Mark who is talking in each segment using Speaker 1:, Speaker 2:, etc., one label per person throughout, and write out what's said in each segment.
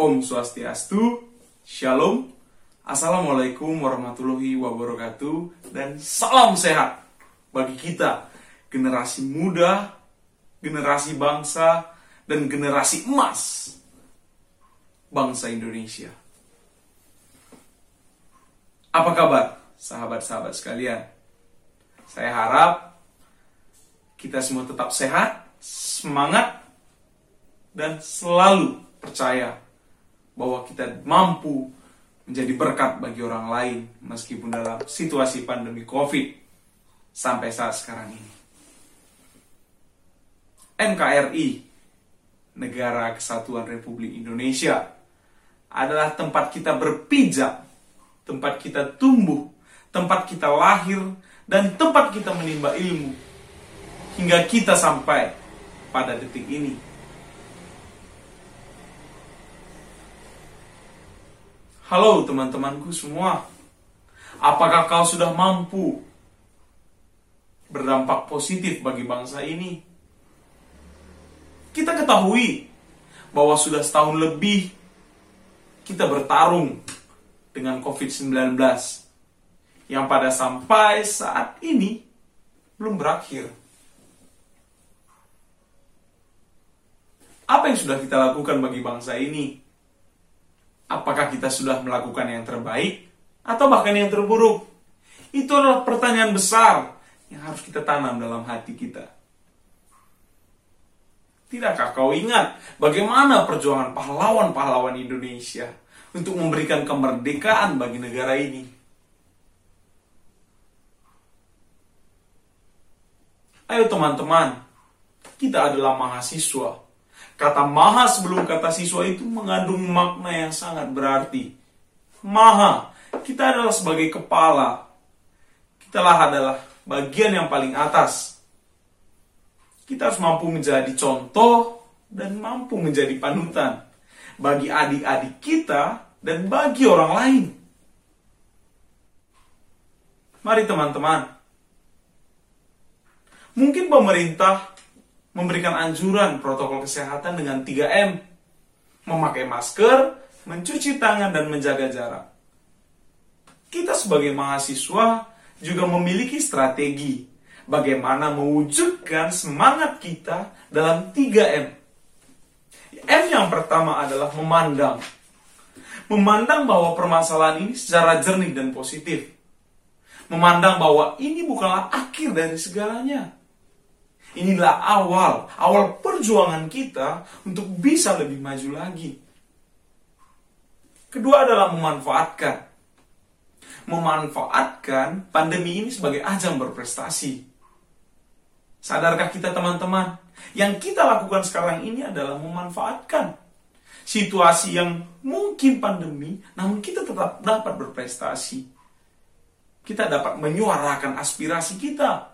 Speaker 1: Om Swastiastu, Shalom, Assalamualaikum warahmatullahi wabarakatuh, dan salam sehat bagi kita, generasi muda, generasi bangsa, dan generasi emas bangsa Indonesia. Apa kabar, sahabat-sahabat sekalian? Saya harap kita semua tetap sehat, semangat, dan selalu percaya bahwa kita mampu menjadi berkat bagi orang lain meskipun dalam situasi pandemi COVID sampai saat sekarang ini. NKRI, Negara Kesatuan Republik Indonesia, adalah tempat kita berpijak, tempat kita tumbuh, tempat kita lahir, dan tempat kita menimba ilmu hingga kita sampai pada detik ini. Halo teman-temanku semua, apakah kau sudah mampu berdampak positif bagi bangsa ini? Kita ketahui bahwa sudah setahun lebih kita bertarung dengan COVID-19 yang pada sampai saat ini belum berakhir. Apa yang sudah kita lakukan bagi bangsa ini? Apakah kita sudah melakukan yang terbaik atau bahkan yang terburuk? Itu adalah pertanyaan besar yang harus kita tanam dalam hati kita. Tidakkah kau ingat bagaimana perjuangan pahlawan-pahlawan Indonesia untuk memberikan kemerdekaan bagi negara ini? Ayo teman-teman, kita adalah mahasiswa. Kata maha sebelum kata siswa itu mengandung makna yang sangat berarti. Maha, kita adalah sebagai kepala. Kitalah adalah bagian yang paling atas. Kita harus mampu menjadi contoh dan mampu menjadi panutan bagi adik-adik kita dan bagi orang lain. Mari teman-teman. Mungkin pemerintah memberikan anjuran protokol kesehatan dengan 3M. Memakai masker, mencuci tangan, dan menjaga jarak. Kita sebagai mahasiswa juga memiliki strategi bagaimana mewujudkan semangat kita dalam 3M. M yang pertama adalah memandang. Memandang bahwa permasalahan ini secara jernih dan positif. Memandang bahwa ini bukanlah akhir dari segalanya. Inilah awal perjuangan kita untuk bisa lebih maju lagi. Kedua adalah memanfaatkan. Memanfaatkan pandemi ini sebagai ajang berprestasi. Sadarkah kita teman-teman? Yang kita lakukan sekarang ini adalah memanfaatkan situasi yang mungkin pandemi, namun kita tetap dapat berprestasi. Kita dapat menyuarakan aspirasi kita.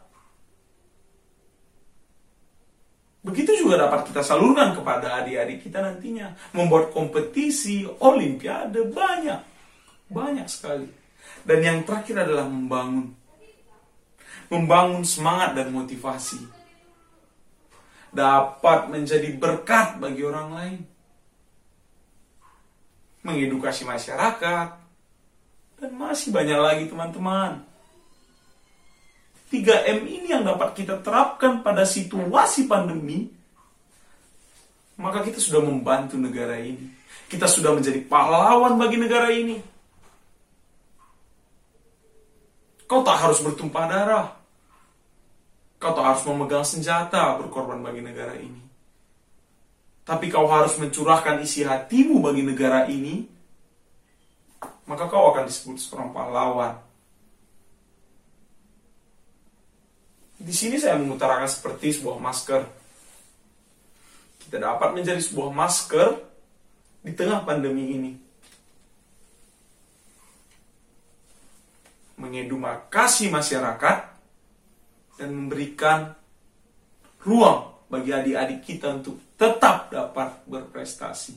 Speaker 1: Begitu juga dapat kita salurkan kepada adik-adik kita nantinya. Membuat kompetisi, olimpiade, banyak sekali. Dan yang terakhir adalah membangun. Membangun semangat dan motivasi. Dapat menjadi berkat bagi orang lain. Mengedukasi masyarakat. Dan masih banyak lagi teman-teman. 3M ini yang dapat kita terapkan pada situasi pandemi, maka kita sudah membantu negara ini. Kita sudah menjadi pahlawan bagi negara ini. Kau tak harus bertumpah darah. Kau tak harus memegang senjata berkorban bagi negara ini. Tapi kau harus mencurahkan isi hatimu bagi negara ini, maka kau akan disebut seorang pahlawan. Di sini saya mengutarakan seperti sebuah masker. Kita dapat menjadi sebuah masker di tengah pandemi ini. Mengedukasi masyarakat dan memberikan ruang bagi adik-adik kita untuk tetap dapat berprestasi.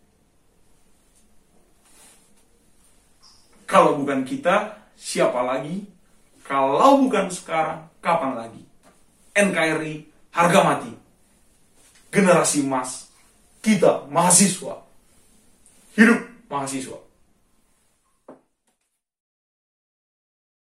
Speaker 1: Kalau bukan kita, siapa lagi? Kalau bukan sekarang, kapan lagi? NKRI, harga mati. Generasi emas, kita mahasiswa. Hidup mahasiswa!